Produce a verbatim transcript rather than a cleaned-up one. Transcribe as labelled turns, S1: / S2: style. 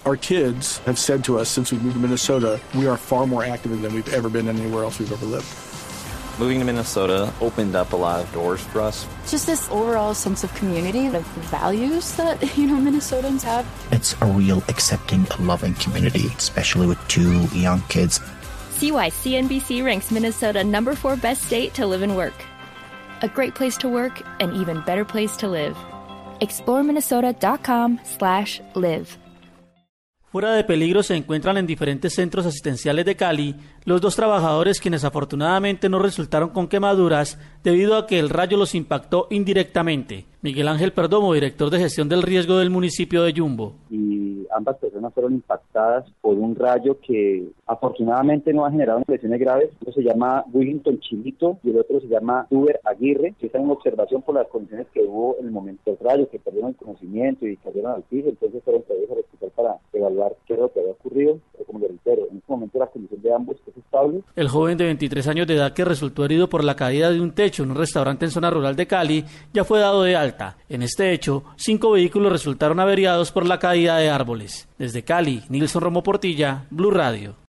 S1: Our kids have said to us since we moved to Minnesota, we are far more active than we've ever been anywhere else we've ever lived.
S2: Moving to Minnesota opened up a lot of doors for us.
S3: Just this overall sense of community, of values that, you know, Minnesotans have.
S4: It's a real accepting, loving community, especially with two young kids.
S5: See why C N B C ranks Minnesota number four best state to live and work. A great place to work, an even better place to live. explore minnesota dot com slash live.
S6: Fuera de peligro se encuentran en diferentes centros asistenciales de Cali los dos trabajadores quienes afortunadamente no resultaron con quemaduras debido a que el rayo los impactó indirectamente. Miguel Ángel Perdomo, director de gestión del riesgo del municipio de Yumbo.
S7: Y ambas personas fueron impactadas por un rayo que afortunadamente no ha generado lesiones graves. Uno se llama Willington Chilito y el otro se llama Duber Aguirre, que están en observación por las condiciones que hubo en el momento del rayo, que perdieron el conocimiento y cayeron al piso, entonces fueron traídos al hospital para evaluar qué es lo que había ocurrido. Pero como le reitero, en este momento la condición de ambos es estable.
S6: El joven de veintitrés años de edad que resultó herido por la caída de un techo en un restaurante en zona rural de Cali ya fue dado de alta. En este hecho, cinco vehículos resultaron averiados por la caída de árboles. Desde Cali, Nilson Romo Portilla, Blue Radio.